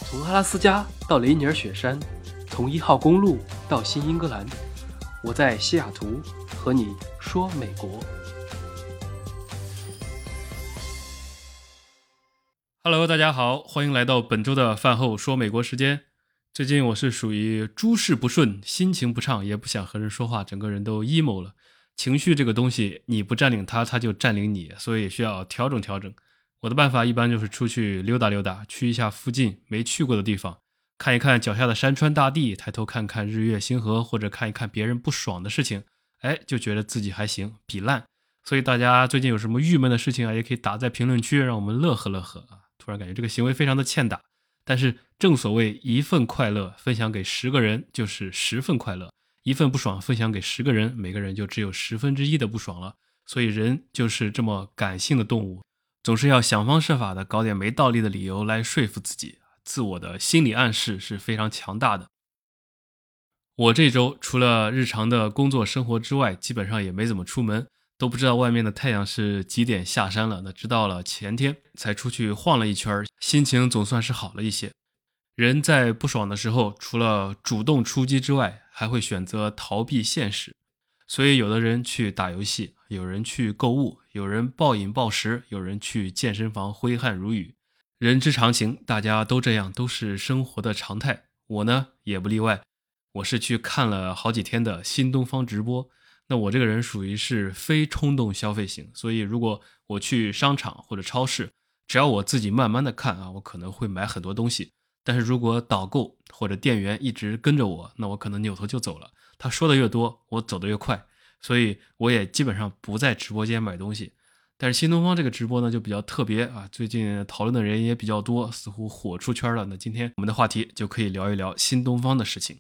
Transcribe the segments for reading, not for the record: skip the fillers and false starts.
从阿拉斯加到雷尼尔雪山，从1号公路到新英格兰，我在西雅图和你说美国。Hello， 大家好，欢迎来到本周的饭后说美国时间。最近我是属于诸事不顺，心情不畅，也不想和人说话，整个人都 emo 了。情绪这个东西，你不占领它，它就占领你，所以需要调整调整。我的办法一般就是出去溜达溜达，去一下附近没去过的地方，看一看脚下的山川大地，抬头看看日月星河，或者看一看别人不爽的事情，就觉得自己还行，比烂。所以大家最近有什么郁闷的事情啊，也可以打在评论区，让我们乐呵乐呵啊。突然感觉这个行为非常的欠打，但是正所谓一份快乐分享给10个人就是10份快乐，一份不爽分享给10个人，每个人就只有1/10的不爽了。所以人就是这么感性的动物，总是要想方设法的搞点没道理的理由来说服自己，自我的心理暗示是非常强大的。我这周除了日常的工作生活之外，基本上也没怎么出门，都不知道外面的太阳是几点下山了，那直到了前天才出去晃了一圈，心情总算是好了一些。人在不爽的时候，除了主动出击之外，还会选择逃避现实。所以有的人去打游戏，有人去购物，有人暴饮暴食，有人去健身房挥汗如雨。人之常情，大家都这样，都是生活的常态。我呢也不例外，我是去看了好几天的新东方直播。那我这个人属于是非冲动消费型，所以如果我去商场或者超市，只要我自己慢慢的看啊，我可能会买很多东西。但是如果导购或者店员一直跟着我，那我可能扭头就走了。他说的越多，我走得越快，所以我也基本上不在直播间买东西。但是新东方这个直播呢就比较特别啊，最近讨论的人也比较多，似乎火出圈了。那今天我们的话题就可以聊一聊新东方的事情。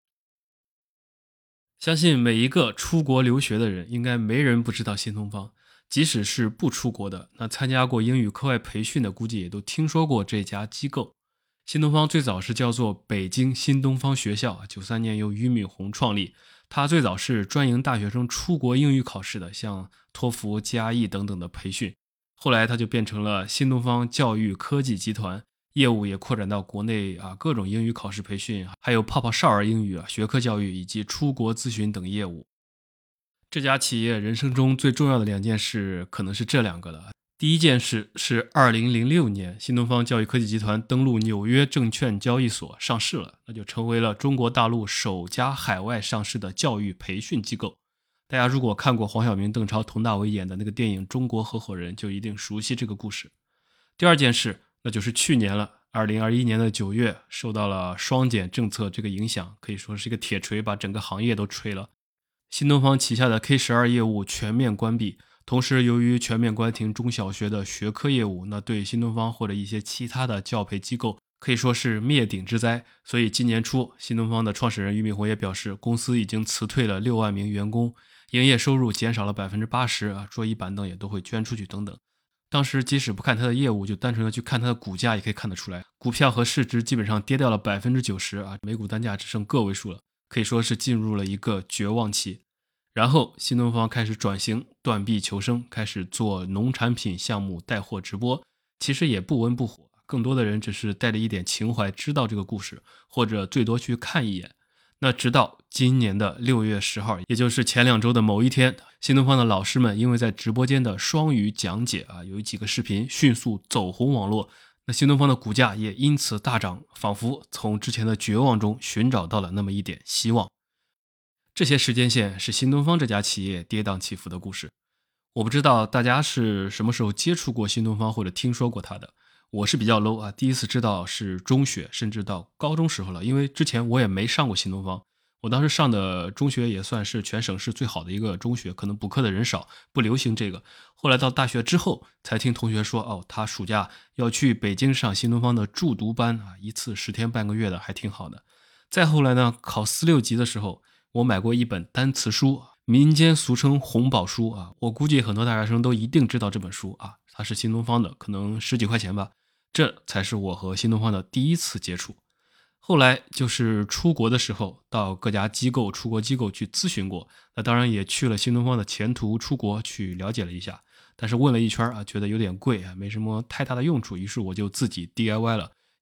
相信每一个出国留学的人，应该没人不知道新东方。即使是不出国的，那参加过英语课外培训的，估计也都听说过这家机构。新东方最早是叫做北京新东方学校，93年由俞敏洪创立。它最早是专营大学生出国英语考试的，像托福、GRE 等等的培训。后来它就变成了新东方教育科技集团，业务也扩展到国内各种英语考试培训，还有泡泡少儿英语学科教育以及出国咨询等业务。这家企业人生中最重要的2件事可能是这2个了。第一件事是2006年新东方教育科技集团登陆纽约证券交易所上市了，那就成为了中国大陆首家海外上市的教育培训机构。大家如果看过黄晓明、邓超、佟大为演的那个电影《中国合伙人》，就一定熟悉这个故事。第二件事那就是去年了，2021年的9月，受到了双减政策这个影响，可以说是一个铁锤把整个行业都锤了。新东方旗下的 K12 业务全面关闭，同时由于全面关停中小学的学科业务，那对新东方或者一些其他的教培机构可以说是灭顶之灾。所以今年初，新东方的创始人俞敏洪也表示，公司已经辞退了6万名员工，营业收入减少了 80%， 桌椅板凳也都会捐出去等等。当时即使不看它的业务，就单纯的去看它的股价，也可以看得出来，股票和市值基本上跌掉了 90%， 每股单价只剩个位数了，可以说是进入了一个绝望期。然后新东方开始转型，断臂求生，开始做农产品项目带货直播，其实也不温不火，更多的人只是带着一点情怀知道这个故事，或者最多去看一眼。那直到今年的6月10号，也就是前2周的某一天，新东方的老师们因为在直播间的双语讲解有几个视频迅速走红网络，那新东方的股价也因此大涨，仿佛从之前的绝望中寻找到了那么一点希望。这些时间线是新东方这家企业跌宕起伏的故事。我不知道大家是什么时候接触过新东方或者听说过它的。我是比较 low 第一次知道是中学甚至到高中时候了，因为之前我也没上过新东方。我当时上的中学也算是全省市最好的一个中学，可能补课的人少，不流行这个。后来到大学之后才听同学说，他暑假要去北京上新东方的驻读班一次10天半个月的，还挺好的。再后来呢，考4、6级的时候，我买过一本单词书，民间俗称红宝书我估计很多大学生都一定知道这本书它是新东方的，可能10几块钱吧。这才是我和新东方的第一次接触。后来就是出国的时候，到各家机构、出国机构去咨询过，那当然也去了新东方的前途出国去了解了一下，但是问了一圈觉得有点贵没什么太大的用处，于是我就自己 DIY 了，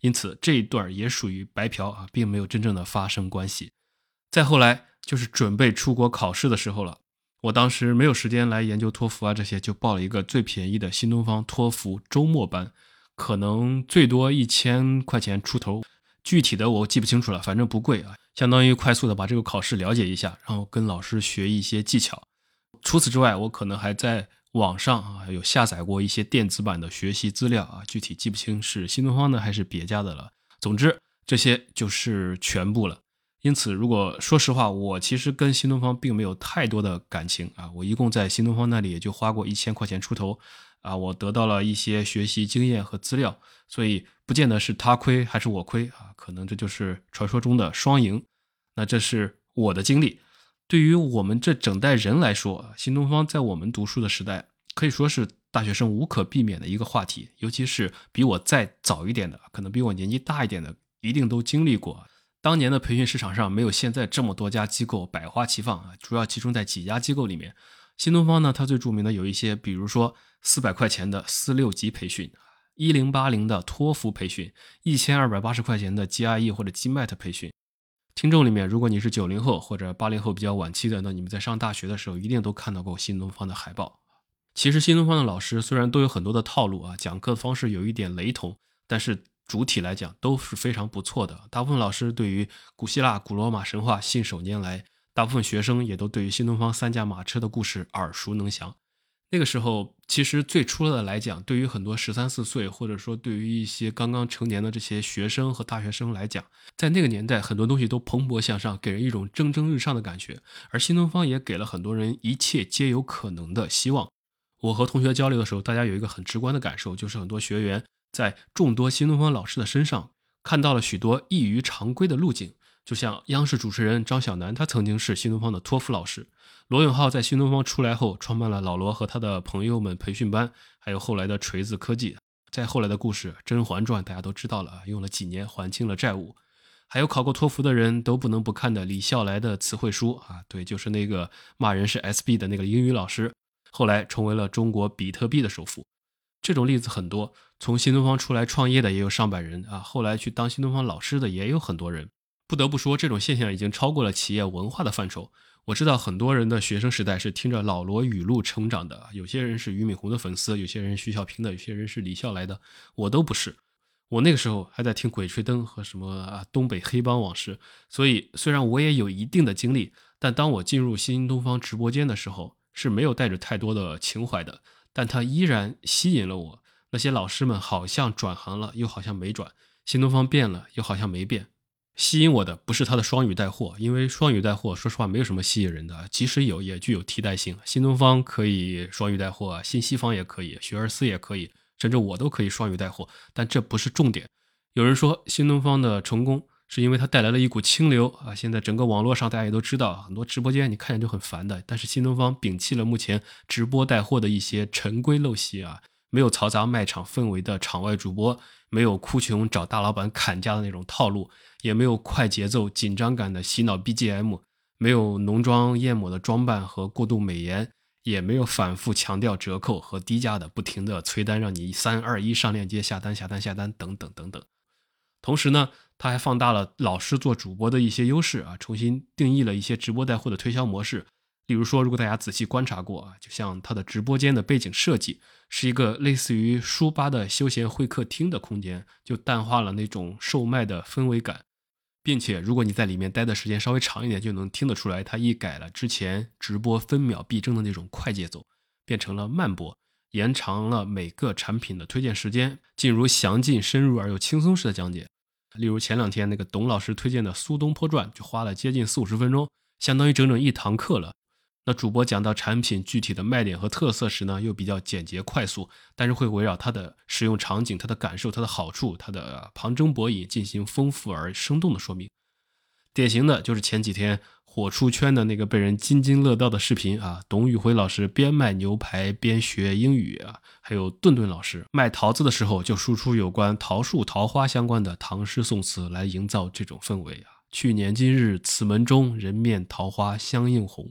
因此这一段也属于白嫖啊，并没有真正的发生关系。再后来就是准备出国考试的时候了，我当时没有时间来研究托福啊这些，就报了一个最便宜的新东方托福周末班，可能最多1000块钱出头，具体的我记不清楚了，反正不贵啊，相当于快速的把这个考试了解一下，然后跟老师学一些技巧。除此之外，我可能还在网上啊有下载过一些电子版的学习资料啊，具体记不清是新东方的还是别家的了。总之，这些就是全部了。因此，如果说实话，我其实跟新东方并没有太多的感情啊，我一共在新东方那里也就花过1000块钱出头啊，我得到了一些学习经验和资料，所以不见得是他亏还是我亏啊，可能这就是传说中的双赢。那这是我的经历。对于我们这整代人来说，新东方在我们读书的时代可以说是大学生无可避免的一个话题，尤其是比我再早一点的，可能比我年纪大一点的，一定都经历过。当年的培训市场上没有现在这么多家机构百花齐放啊，主要集中在几家机构里面。新东方呢，它最著名的有一些，比如说400块钱的46级培训，1080的托福培训，1280块钱的 GRE 或者 GMAT 培训。听众里面，如果你是90后或者80后比较晚期的，那你们在上大学的时候一定都看到过新东方的海报。其实新东方的老师虽然都有很多的套路啊，讲课的方式有一点雷同，但是主体来讲都是非常不错的。大部分老师对于古希腊、古罗马神话信手拈来，大部分学生也都对于新东方3驾马车的故事耳熟能详。那个时候其实最初的来讲，对于很多13、14岁或者说对于一些刚刚成年的这些学生和大学生来讲，在那个年代很多东西都蓬勃向上，给人一种蒸蒸日上的感觉，而新东方也给了很多人一切皆有可能的希望。我和同学交流的时候，大家有一个很直观的感受，就是很多学员在众多新东方老师的身上看到了许多异于常规的路径。就像央视主持人张晓楠，他曾经是新东方的托福老师，罗永浩在新东方出来后创办了老罗和他的朋友们培训班，还有后来的锤子科技。再后来的故事《甄嬛传》大家都知道了，用了几年还清了债务。还有考过托福的人都不能不看的李笑来的词汇书啊，对，就是那个骂人是 SB 的那个英语老师，后来成为了中国比特币的首富。这种例子很多，从新东方出来创业的也有上百人啊，后来去当新东方老师的也有很多人。不得不说，这种现象已经超过了企业文化的范畴。我知道很多人的学生时代是听着老罗语录成长的，有些人是俞敏洪的粉丝，有些人徐小平的，有些人是李笑来的，我都不是。我那个时候还在听鬼吹灯和什么东北黑帮往事，所以虽然我也有一定的经历，但当我进入新东方直播间的时候是没有带着太多的情怀的，但它依然吸引了我。那些老师们好像转行了，又好像没转，新东方变了，又好像没变。吸引我的不是他的双语带货，因为双语带货说实话没有什么吸引人的，即使有也具有替代性。新东方可以双语带货，新西方也可以，学而思也可以，甚至我都可以双语带货，但这不是重点。有人说新东方的成功是因为它带来了一股清流啊，现在整个网络上大家也都知道，很多直播间你看见就很烦的，但是新东方摒弃了目前直播带货的一些陈规陋习啊，没有嘈杂卖场氛围的场外主播，没有哭穷找大老板砍价的那种套路，也没有快节奏紧张感的洗脑 BGM， 没有浓妆艳抹的装扮和过度美颜，也没有反复强调折扣和低价的不停的催单，让你3、2、1上链接下单等等等等。同时呢，他还放大了老师做主播的一些优势啊，重新定义了一些直播带货的推销模式。例如说，如果大家仔细观察过啊，就像他的直播间的背景设计是一个类似于书吧的休闲会客厅的空间，就淡化了那种售卖的氛围感，并且如果你在里面待的时间稍微长一点，就能听得出来他一改了之前直播分秒必争的那种快节奏，变成了慢播，延长了每个产品的推荐时间，进入详尽深入而又轻松式的讲解。例如前2天那个董老师推荐的苏东坡传就花了接近40-50分钟，相当于整整1堂课了。那主播讲到产品具体的卖点和特色时呢，又比较简洁快速，但是会围绕它的使用场景、它的感受、它的好处、它的旁征博引进行丰富而生动的说明。典型的就是前几天火出圈的那个被人津津乐道的视频啊，董宇辉老师边卖牛排边学英语啊，还有顿顿老师卖桃子的时候就输出有关桃树桃花相关的唐诗宋词来营造这种氛围啊。去年今日此门中，人面桃花相映红。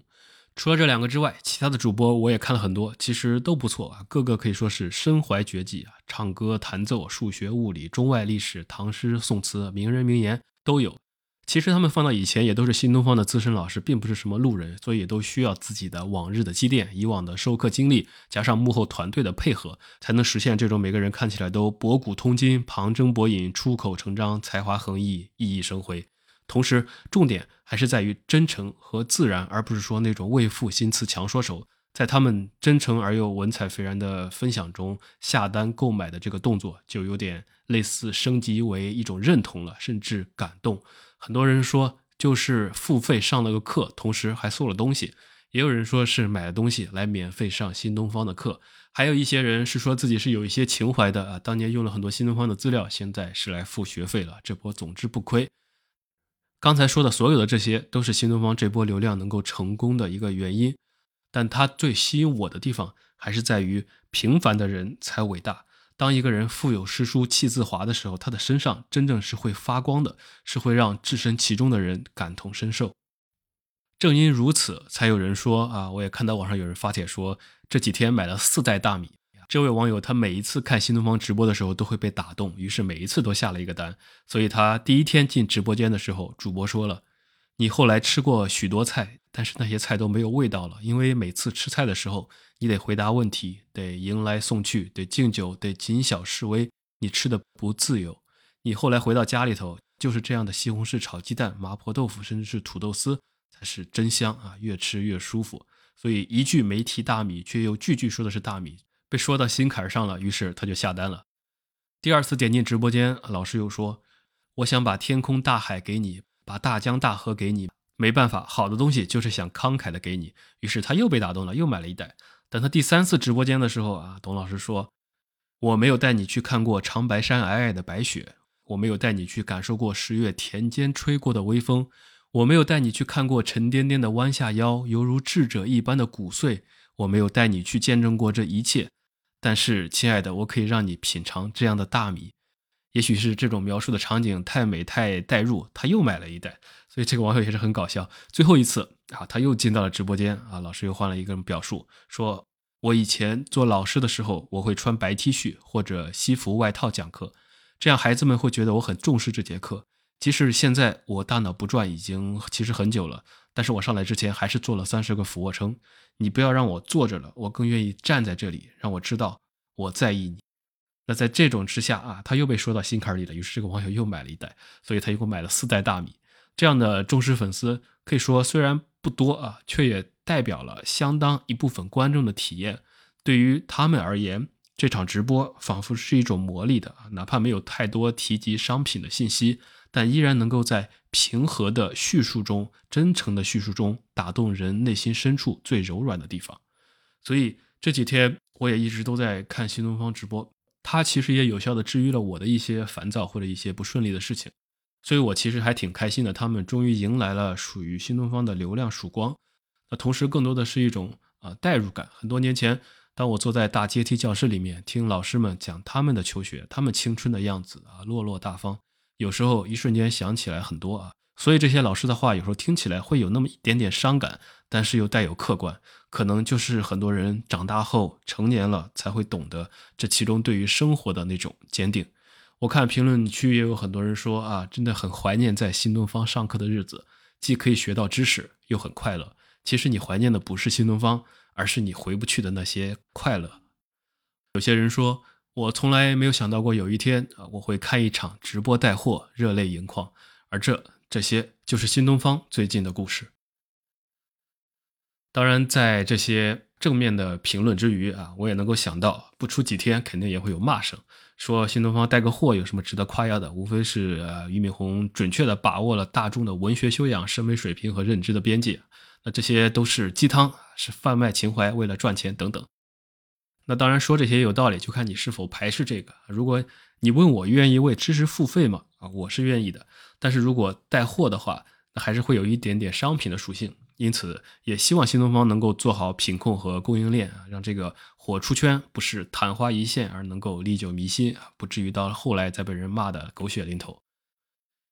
除了这两个之外，其他的主播我也看了很多，其实都不错啊，个个可以说是身怀绝技啊，唱歌、弹奏、数学、物理、中外历史、唐诗、宋词、名人名言都有。其实他们放到以前也都是新东方的资深老师，并不是什么路人，所以也都需要自己的往日的积淀、以往的授课经历，加上幕后团队的配合，才能实现这种每个人看起来都博古通今、旁征博引、出口成章、才华横溢、熠熠生辉。同时，重点还是在于真诚和自然，而不是说那种为赋新词强说手。在他们真诚而又文采斐然的分享中，下单购买的这个动作就有点类似升级为一种认同了，甚至感动。很多人说就是付费上了个课，同时还送了东西，也有人说是买了东西来免费上新东方的课，还有一些人是说自己是有一些情怀的啊，当年用了很多新东方的资料，现在是来付学费了，这波总之不亏。刚才说的所有的这些都是新东方这波流量能够成功的一个原因，但它最吸引我的地方还是在于平凡的人才伟大。当一个人腹有诗书气自华的时候，他的身上真正是会发光的，是会让置身其中的人感同身受。正因如此，才有人说啊，我也看到网上有人发帖说，这几天买了4袋大米。这位网友他每一次看新东方直播的时候都会被打动，于是每一次都下了一个单。所以他第一天进直播间的时候，主播说了，你后来吃过许多菜，但是那些菜都没有味道了，因为每次吃菜的时候，你得回答问题，得迎来送去，得敬酒，得谨小慎微，你吃的不自由。你后来回到家里头，就是这样的西红柿炒鸡蛋、麻婆豆腐，甚至是土豆丝，才是真香啊，越吃越舒服。所以一句没提大米，却又句句说的是大米，被说到心坎上了，于是他就下单了。第二次点进直播间，老师又说，我想把天空大海给你，把大江大河给你，没办法，好的东西就是想慷慨的给你。于是他又被打动了，又买了一袋。等他第三次直播间的时候啊，董老师说，我没有带你去看过长白山皑皑的白雪，我没有带你去感受过10月田间吹过的微风，我没有带你去看过沉甸甸的弯下腰犹如智者一般的骨碎，我没有带你去见证过这一切，但是亲爱的，我可以让你品尝这样的大米。也许是这种描述的场景太美太带入，他又买了一袋。所以这个网友也是很搞笑。最后一次啊，他又进到了直播间啊，老师又换了一个表述，说我以前做老师的时候，我会穿白 T 恤或者西服外套讲课，这样孩子们会觉得我很重视这节课。即使现在我大脑不转已经其实很久了，但是我上来之前还是做了30个俯卧撑。你不要让我坐着了，我更愿意站在这里，让我知道我在意你。那在这种之下啊，他又被说到心坎里了，于是这个网友又买了一袋，所以他一共买了4袋大米。这样的忠实粉丝可以说虽然不多啊，却也代表了相当一部分观众的体验。对于他们而言，这场直播仿佛是一种魔力的，哪怕没有太多提及商品的信息，但依然能够在平和的叙述中、真诚的叙述中打动人内心深处最柔软的地方。所以这几天我也一直都在看新东方直播，它其实也有效的治愈了我的一些烦躁或者一些不顺利的事情。所以我其实还挺开心的，他们终于迎来了属于新东方的流量曙光。那同时更多的是一种代入感。很多年前，当我坐在大阶梯教室里面听老师们讲他们的求学，他们青春的样子啊，落落大方，有时候一瞬间想起来很多啊。所以这些老师的话有时候听起来会有那么一点点伤感，但是又带有客观，可能就是很多人长大后成年了才会懂得这其中对于生活的那种坚定。我看评论区也有很多人说啊，真的很怀念在新东方上课的日子，既可以学到知识，又很快乐。其实你怀念的不是新东方，而是你回不去的那些快乐。有些人说，我从来没有想到过有一天我会看一场直播带货，热泪盈眶，而这些就是新东方最近的故事。当然，在这些正面的评论之余啊，我也能够想到，不出几天肯定也会有骂声，说新东方带个货有什么值得夸耀的？无非是俞敏洪准确地把握了大众的文学修养、审美水平和认知的边界。那这些都是鸡汤，是贩卖情怀，为了赚钱等等。那当然说这些也有道理，就看你是否排斥这个。如果你问我愿意为知识付费吗？我是愿意的。但是如果带货的话，那还是会有一点点商品的属性。因此也希望新东方能够做好品控和供应链，让这个火出圈不是昙花一现，而能够历久弥新，不至于到后来再被人骂的狗血淋头。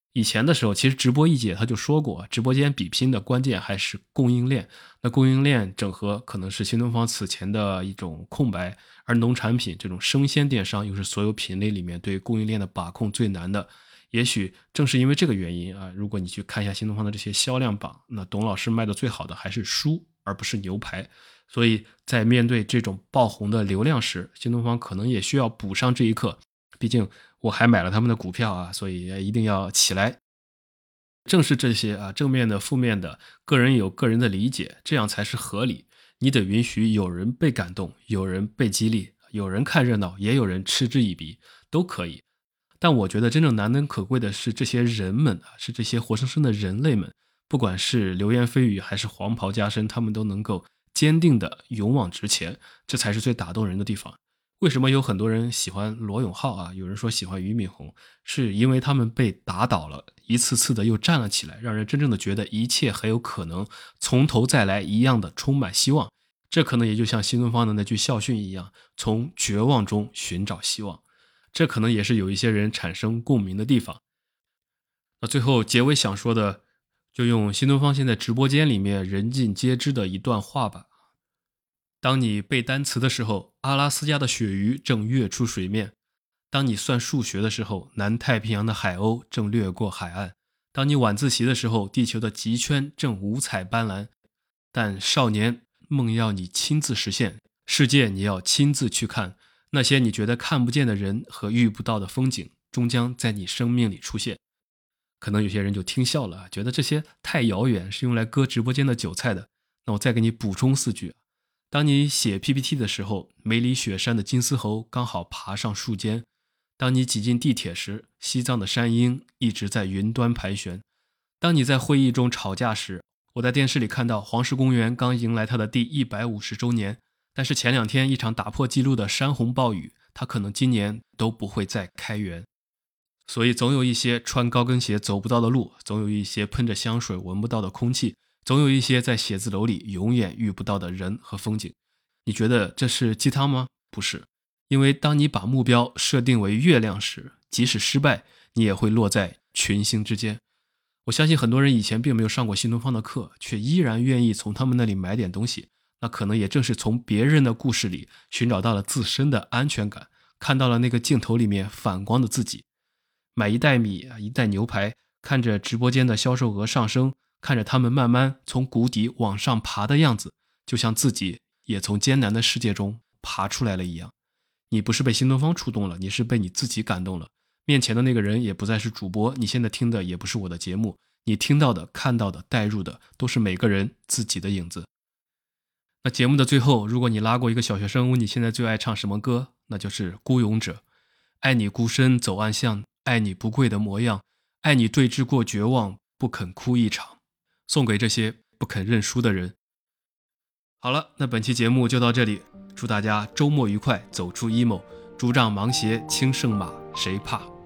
以前的时候，其实直播一姐他就说过，直播间比拼的关键还是供应链。那供应链整合可能是新东方此前的一种空白，而农产品这种生鲜电商又是所有品类里面对供应链的把控最难的。也许正是因为这个原因啊，如果你去看一下新东方的这些销量榜，那董老师卖的最好的还是书，而不是牛排。所以在面对这种爆红的流量时，新东方可能也需要补上这一课。毕竟我还买了他们的股票啊，所以一定要起来。正是这些啊，正面的、负面的，个人有个人的理解，这样才是合理。你得允许有人被感动，有人被激励，有人看热闹，也有人嗤之以鼻，都可以。但我觉得真正难能可贵的是这些人们啊，是这些活生生的人类们，不管是流言蜚语还是黄袍加身，他们都能够坚定的勇往直前，这才是最打动人的地方。为什么有很多人喜欢罗永浩啊？有人说喜欢俞敏洪，是因为他们被打倒了，一次次的又站了起来，让人真正的觉得一切很有可能从头再来一样的充满希望。这可能也就像新东方的那句校训一样，从绝望中寻找希望。这可能也是有一些人产生共鸣的地方。那最后结尾想说的，就用新东方现在直播间里面人尽皆知的一段话吧。当你背单词的时候，阿拉斯加的鳕鱼正跃出水面；当你算数学的时候，南太平洋的海鸥正掠过海岸；当你晚自习的时候，地球的极圈正五彩斑斓。但少年，梦要你亲自实现，世界你要亲自去看，那些你觉得看不见的人和遇不到的风景，终将在你生命里出现。可能有些人就听笑了，觉得这些太遥远，是用来割直播间的韭菜的。那我再给你补充4句。当你写 PPT 的时候，梅里雪山的金丝猴刚好爬上树尖；当你挤进地铁时，西藏的山鹰一直在云端盘旋；当你在会议中吵架时，我在电视里看到黄石公园刚迎来它的第150周年，但是前2天一场打破纪录的山洪暴雨，它可能今年都不会再开园。所以总有一些穿高跟鞋走不到的路，总有一些喷着香水闻不到的空气，总有一些在写字楼里永远遇不到的人和风景。你觉得这是鸡汤吗？不是。因为当你把目标设定为月亮时，即使失败，你也会落在群星之间。我相信很多人以前并没有上过新东方的课，却依然愿意从他们那里买点东西，那可能也正是从别人的故事里寻找到了自身的安全感，看到了那个镜头里面反光的自己。买一袋米，一袋牛排，看着直播间的销售额上升，看着他们慢慢从谷底往上爬的样子，就像自己也从艰难的世界中爬出来了一样。你不是被新东方触动了，你是被你自己感动了。面前的那个人也不再是主播，你现在听的也不是我的节目，你听到的、看到的、带入的，都是每个人自己的影子。那节目的最后，如果你拉过一个小学生问你现在最爱唱什么歌，那就是《孤勇者》。爱你孤身走暗巷，爱你不跪的模样，爱你对峙过绝望，不肯哭一场，送给这些不肯认输的人。好了，那本期节目就到这里，祝大家周末愉快，走出 emo， 竹杖芒鞋轻胜马，谁怕？